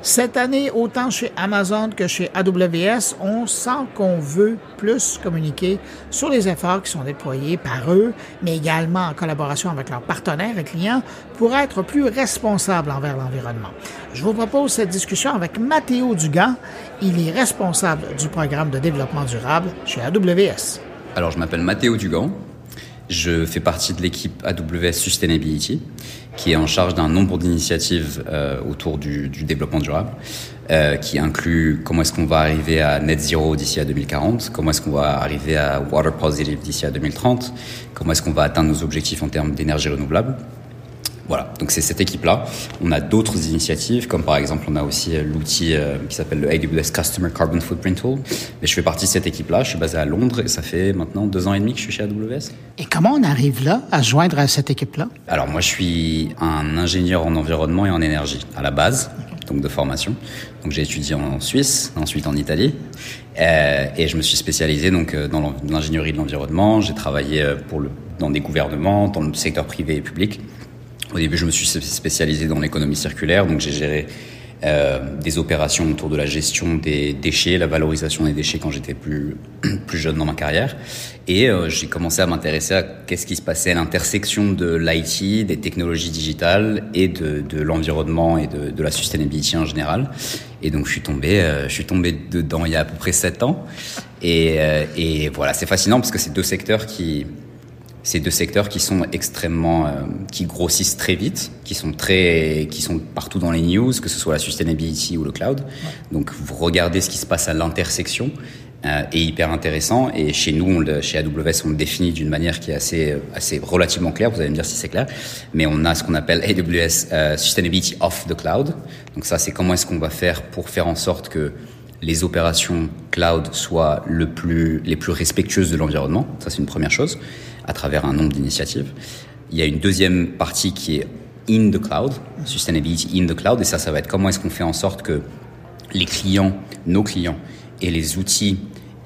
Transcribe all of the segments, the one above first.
Cette année, autant chez Amazon que chez AWS, on sent qu'on veut plus communiquer sur les efforts qui sont déployés par eux, mais également en collaboration avec leurs partenaires et clients pour être plus responsables envers l'environnement. Je vous propose cette discussion avec Matteo Dugan. Il est responsable du programme de développement durable chez AWS. Alors, je m'appelle Matteo Dugan. Je fais partie de l'équipe AWS Sustainability, qui est en charge d'un nombre d'initiatives autour du développement durable, qui inclut comment est-ce qu'on va arriver à net zéro d'ici à 2040, comment est-ce qu'on va arriver à water positive d'ici à 2030, comment est-ce qu'on va atteindre nos objectifs en termes d'énergie renouvelable. Voilà, donc c'est cette équipe-là. On a d'autres initiatives, comme par exemple, on a aussi l'outil qui s'appelle le AWS Customer Carbon Footprint Tool. Mais je fais partie de cette équipe-là, je suis basé à Londres et ça fait maintenant 2 ans et demi que je suis chez AWS. Et comment on arrive là, à se joindre à cette équipe-là? Alors moi, je suis un ingénieur en environnement et en énergie, à la base, donc de formation. Donc j'ai étudié en Suisse, ensuite en Italie. Et je me suis spécialisé donc dans l'ingénierie de l'environnement. J'ai travaillé dans des gouvernements, dans le secteur privé et public. Au début, je me suis spécialisé dans l'économie circulaire, donc j'ai géré des opérations autour de la gestion des déchets, la valorisation des déchets quand j'étais plus jeune dans ma carrière. Et j'ai commencé à m'intéresser à qu'est-ce qui se passait à l'intersection de l'IT, des technologies digitales et de l'environnement et de la sustainability en général. Et donc je suis tombé dedans il y a à peu près 7 ans. Et voilà, c'est fascinant parce que c'est deux secteurs qui sont extrêmement, qui grossissent très vite, qui sont partout dans les news, que ce soit la sustainability ou le cloud. Ouais. Donc, vous regardez ce qui se passe à l'intersection, est hyper intéressant. Et chez nous, chez AWS, on le définit d'une manière qui est assez relativement claire. Vous allez me dire si c'est clair. Mais on a ce qu'on appelle AWS Sustainability of the Cloud. Donc ça, c'est comment est-ce qu'on va faire pour faire en sorte que les opérations cloud soient les plus respectueuses de l'environnement. Ça, c'est une première chose, à travers un nombre d'initiatives. Il y a une deuxième partie qui est in the cloud, sustainability in the cloud, et ça va être comment est-ce qu'on fait en sorte que nos clients, aient les outils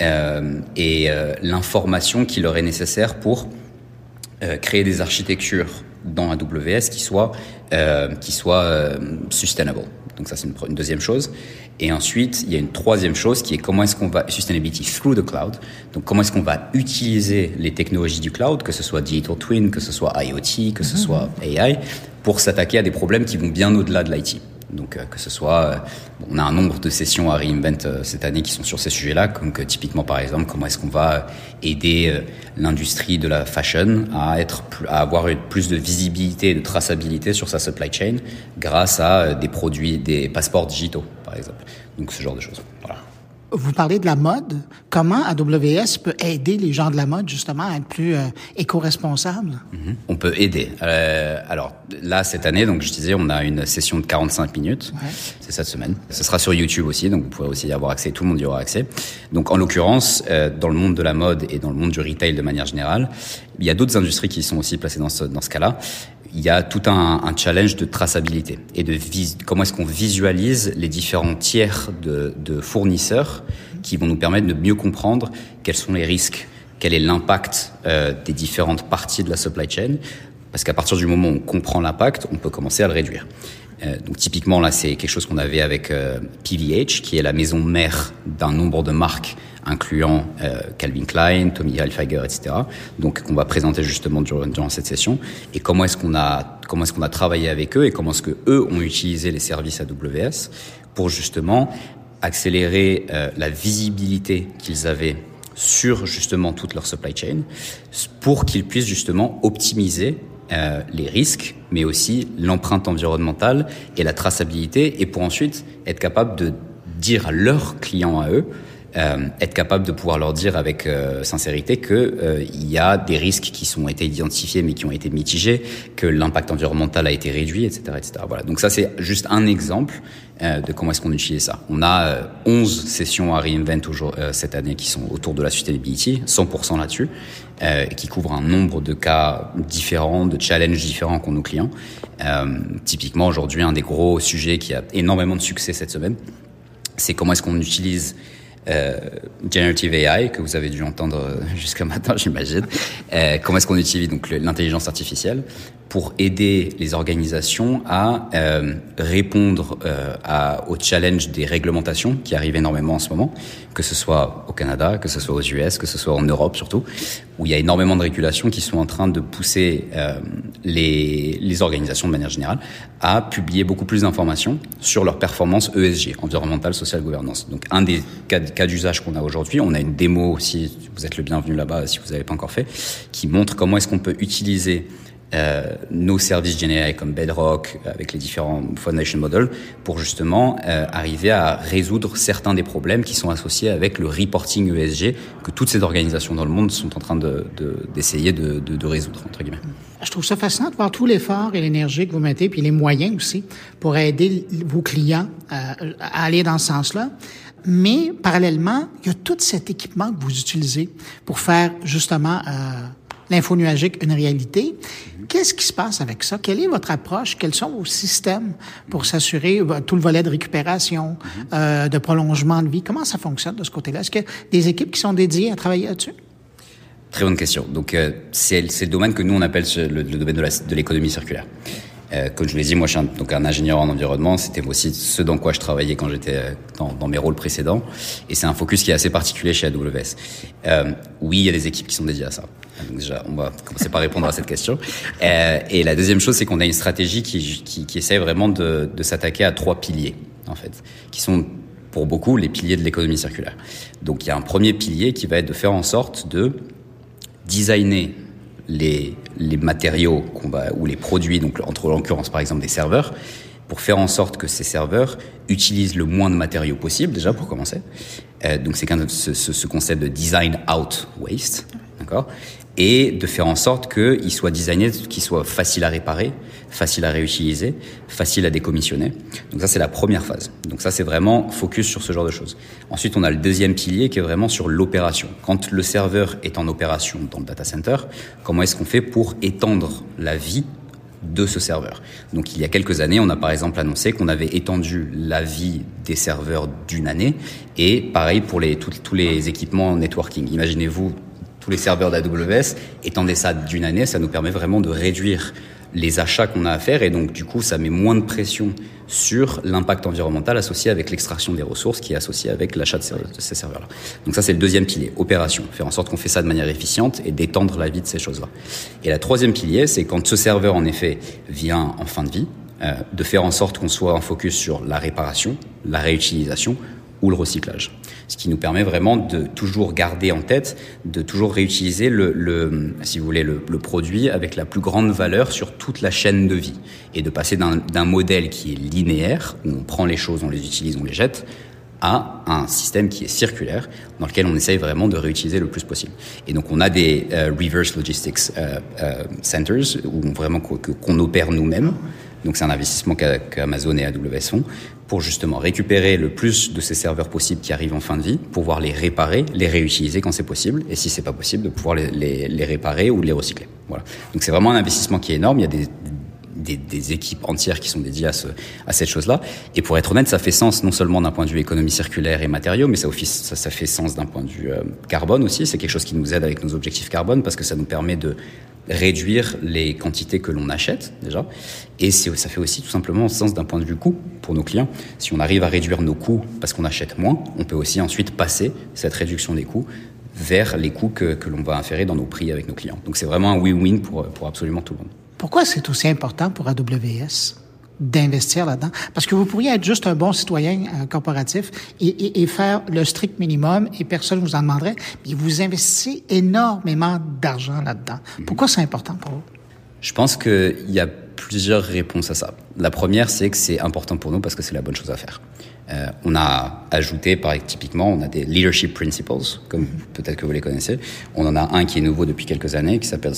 et l'information qui leur est nécessaire pour créer des architectures dans AWS qui soient sustainable. Donc ça, c'est une deuxième chose. Et ensuite, il y a une troisième chose qui est comment est-ce qu'on va sustainability through the cloud. Donc comment est-ce qu'on va utiliser les technologies du cloud, que ce soit digital twin, que ce soit IoT, que ce soit AI, pour s'attaquer à des problèmes qui vont bien au-delà de l'IT. Donc que ce soit, on a un nombre de sessions à reInvent cette année qui sont sur ces sujets-là, comme que typiquement par exemple comment est-ce qu'on va aider l'industrie de la fashion à avoir plus de visibilité et de traçabilité sur sa supply chain grâce à des produits, des passeports digitaux par exemple. Donc ce genre de choses. Voilà. Vous parlez de la mode. Comment AWS peut aider les gens de la mode, justement, à être plus éco-responsables? On peut aider. Alors, là, cette année, donc je disais, on a une session de 45 minutes. Ouais. C'est cette semaine. Ce sera sur YouTube aussi, donc vous pourrez aussi y avoir accès. Tout le monde y aura accès. Donc, en l'occurrence, dans le monde de la mode et dans le monde du retail de manière générale, il y a d'autres industries qui sont aussi placées dans ce cas-là. Il y a tout un challenge de traçabilité et comment est-ce qu'on visualise les différents tiers de fournisseurs qui vont nous permettre de mieux comprendre quels sont les risques, quel est l'impact des différentes parties de la supply chain, parce qu'à partir du moment où on comprend l'impact, on peut commencer à le réduire. Donc typiquement là, c'est quelque chose qu'on avait avec PVH, qui est la maison mère d'un nombre de marques incluant Calvin Klein, Tommy Hilfiger, etc. Donc qu'on va présenter justement durant cette session. Et comment est-ce qu'on a travaillé avec eux et comment est-ce que eux ont utilisé les services AWS pour justement accélérer la visibilité qu'ils avaient sur justement toute leur supply chain pour qu'ils puissent justement optimiser les risques, mais aussi l'empreinte environnementale et la traçabilité, et pour ensuite être capable de dire à leurs clients à eux, être capable de pouvoir leur dire avec sincérité que il y a des risques qui ont été identifiés mais qui ont été mitigés, que l'impact environnemental a été réduit, etc., etc. Voilà. Donc ça, c'est juste un exemple de comment est-ce qu'on utilise ça. On a 11 sessions à reInvent cette année qui sont autour de la sustainability, 100% là-dessus, qui couvrent un nombre de cas différents, de challenges différents qu'ont nos clients. Typiquement, aujourd'hui, un des gros sujets qui a énormément de succès cette semaine, c'est comment est-ce qu'on utilise Generative AI, que vous avez dû entendre jusqu'à maintenant, j'imagine. Comment est-ce qu'on utilise donc l'intelligence artificielle pour aider les organisations à répondre aux challenges des réglementations qui arrivent énormément en ce moment, que ce soit au Canada, que ce soit aux US, que ce soit en Europe surtout, où il y a énormément de régulations qui sont en train de pousser les organisations de manière générale à publier beaucoup plus d'informations sur leur performance ESG, environnementale, sociale, gouvernance. Donc un des cas d'usage qu'on a aujourd'hui, on a une démo aussi, vous êtes le bienvenu là-bas si vous n'avez pas encore fait, qui montre comment est-ce qu'on peut utiliser nos services GenAI comme Bedrock avec les différents foundation models pour justement arriver à résoudre certains des problèmes qui sont associés avec le reporting ESG que toutes ces organisations dans le monde sont en train d'essayer de résoudre, entre guillemets. Je trouve ça fascinant de voir tout l'effort et l'énergie que vous mettez, puis les moyens aussi, pour aider vos clients à aller dans ce sens-là. Mais parallèlement, il y a tout cet équipement que vous utilisez pour faire justement l'info nuagique une réalité. Qu'est-ce qui se passe avec ça? Quelle est votre approche? Quels sont vos systèmes pour s'assurer tout le volet de récupération, de prolongement de vie? Comment ça fonctionne de ce côté-là? Est-ce qu'il y a des équipes qui sont dédiées à travailler là-dessus? Très bonne question. Donc, c'est le domaine que nous, on appelle le domaine de l'économie circulaire. Comme je vous l'ai dit, moi, je suis un ingénieur en environnement. C'était aussi ce dans quoi je travaillais quand j'étais dans mes rôles précédents. Et c'est un focus qui est assez particulier chez AWS. Oui, il y a des équipes qui sont dédiées à ça. Donc déjà, on va commencer par répondre à cette question. Et la deuxième chose, c'est qu'on a une stratégie qui essaie vraiment de s'attaquer à 3 piliers, en fait, qui sont pour beaucoup les piliers de l'économie circulaire. Donc, il y a un premier pilier qui va être de faire en sorte de designer les matériaux ou les produits, donc en l'occurrence par exemple des serveurs, pour faire en sorte que ces serveurs utilisent le moins de matériaux possible déjà pour commencer. Donc c'est ce concept de design out waste, d'accord, et de faire en sorte qu'ils soient designés, qu'ils soient faciles à réparer, faciles à réutiliser, faciles à décommissionner. Donc ça, c'est la première phase. Donc ça, c'est vraiment focus sur ce genre de choses. Ensuite, on a le deuxième pilier qui est vraiment sur l'opération. Quand le serveur est en opération dans le data center, comment est-ce qu'on fait pour étendre la vie de ce serveur? Donc il y a quelques années, on a par exemple annoncé qu'on avait étendu la vie des serveurs d'1 année, et pareil pour tous les équipements networking. Imaginez-vous tous les serveurs d'AWS, étendez ça d'1 année, ça nous permet vraiment de réduire les achats qu'on a à faire, et donc du coup ça met moins de pression sur l'impact environnemental associé avec l'extraction des ressources qui est associé avec l'achat de ces serveurs-là. Donc ça, c'est le deuxième pilier, opération, faire en sorte qu'on fait ça de manière efficiente et d'étendre la vie de ces choses-là. Et la troisième pilier, c'est quand ce serveur en effet vient en fin de vie, de faire en sorte qu'on soit en focus sur la réparation, la réutilisation ou le recyclage. Ce qui nous permet vraiment de toujours garder en tête, de toujours réutiliser si vous voulez, le produit avec la plus grande valeur sur toute la chaîne de vie, et de passer d'un modèle qui est linéaire, où on prend les choses, on les utilise, on les jette, à un système qui est circulaire, dans lequel on essaye vraiment de réutiliser le plus possible. Et donc on a des reverse logistics centers, où qu'on opère nous-mêmes. Donc c'est un investissement qu'Amazon et AWS font pour justement récupérer le plus de ces serveurs possibles qui arrivent en fin de vie, pouvoir les réparer, les réutiliser quand c'est possible, et si c'est pas possible, de pouvoir les réparer ou les recycler. Voilà. Donc c'est vraiment un investissement qui est énorme. Il y a des équipes entières qui sont dédiées à cette chose-là. Et pour être honnête, ça fait sens non seulement d'un point de vue économie circulaire et matériaux, mais ça fait sens d'un point de vue carbone aussi. C'est quelque chose qui nous aide avec nos objectifs carbone, parce que ça nous permet de réduire les quantités que l'on achète déjà, et ça fait aussi tout simplement sens d'un point de vue coût pour nos clients. Si on arrive à réduire nos coûts parce qu'on achète moins, on peut aussi ensuite passer cette réduction des coûts vers les coûts que l'on va inférer dans nos prix avec nos clients. Donc c'est vraiment un win-win pour absolument tout le monde. Pourquoi c'est aussi important pour AWS d'investir là-dedans? Parce que vous pourriez être juste un bon citoyen corporatif et faire le strict minimum et personne ne vous en demanderait, mais vous investissez énormément d'argent là-dedans. Pourquoi c'est important pour vous? Je pense qu'il y a plusieurs réponses à ça. La première, c'est que c'est important pour nous parce que c'est la bonne chose à faire. On a ajouté, typiquement, on a des leadership principles, comme peut-être que vous les connaissez. On en a un qui est nouveau depuis quelques années, qui s'appelle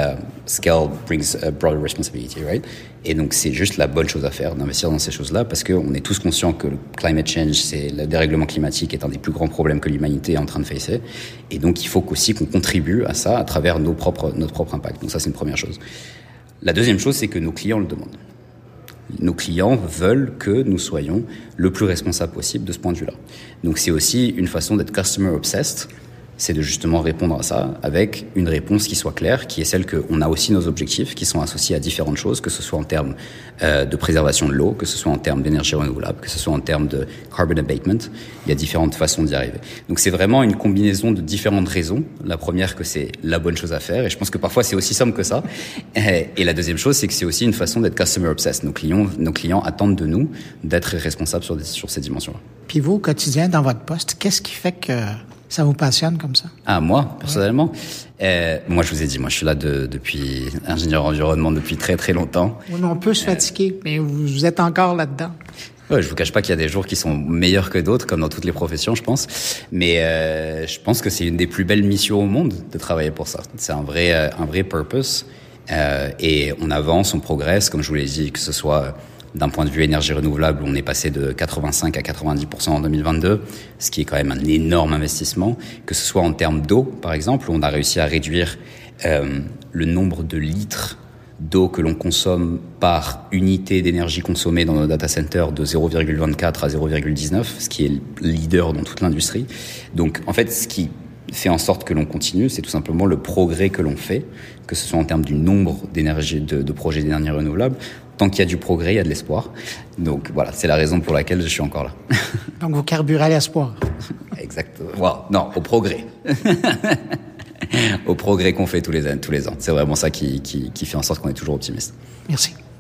Scale brings a broader responsibility, right? Et donc, c'est juste la bonne chose à faire, d'investir dans ces choses-là, parce qu'on est tous conscients que le climate change, le dérèglement climatique est un des plus grands problèmes que l'humanité est en train de facer. Et donc, il faut aussi qu'on contribue à ça à travers notre propre impact. Donc ça, c'est une première chose. La deuxième chose, c'est que nos clients le demandent. Nos clients veulent que nous soyons le plus responsables possible de ce point de vue-là. Donc c'est aussi une façon d'être customer obsessed, c'est de justement répondre à ça avec une réponse qui soit claire, qui est celle qu'on a aussi nos objectifs qui sont associés à différentes choses, que ce soit en termes de préservation de l'eau, que ce soit en termes d'énergie renouvelable, que ce soit en termes de carbon abatement. Il y a différentes façons d'y arriver. Donc c'est vraiment une combinaison de différentes raisons. La première, que c'est la bonne chose à faire, et je pense que parfois c'est aussi simple que ça. Et la deuxième chose, c'est que c'est aussi une façon d'être customer obsessed. Nos clients attendent de nous d'être responsables sur ces dimensions-là. Puis vous, au quotidien, dans votre poste, qu'est-ce qui fait que ça vous passionne comme ça? Ah, moi, personnellement, moi, je vous ai dit, moi, je suis là depuis ingénieur environnement depuis très, très longtemps. Oui, mais on peut se fatiguer, mais vous êtes encore là-dedans. Ouais, je vous cache pas qu'il y a des jours qui sont meilleurs que d'autres, comme dans toutes les professions, je pense. Mais je pense que c'est une des plus belles missions au monde de travailler pour ça. C'est un vrai purpose. Et on avance, on progresse, comme je vous l'ai dit, que ce soit d'un point de vue énergie renouvelable, on est passé de 85 à 90% en 2022, ce qui est quand même un énorme investissement. Que ce soit en termes d'eau, par exemple, où on a réussi à réduire le nombre de litres d'eau que l'on consomme par unité d'énergie consommée dans nos data centers de 0,24 à 0,19, ce qui est leader dans toute l'industrie. Donc, en fait, ce qui fait en sorte que l'on continue, c'est tout simplement le progrès que l'on fait, que ce soit en termes du nombre de projets d'énergie renouvelable. Tant qu'il y a du progrès, il y a de l'espoir. Donc voilà, c'est la raison pour laquelle je suis encore là. Donc vous carburez à l'espoir. Exactement. Wow. Non, au progrès. Au progrès qu'on fait tous les ans. C'est vraiment ça qui fait en sorte qu'on est toujours optimiste. Merci.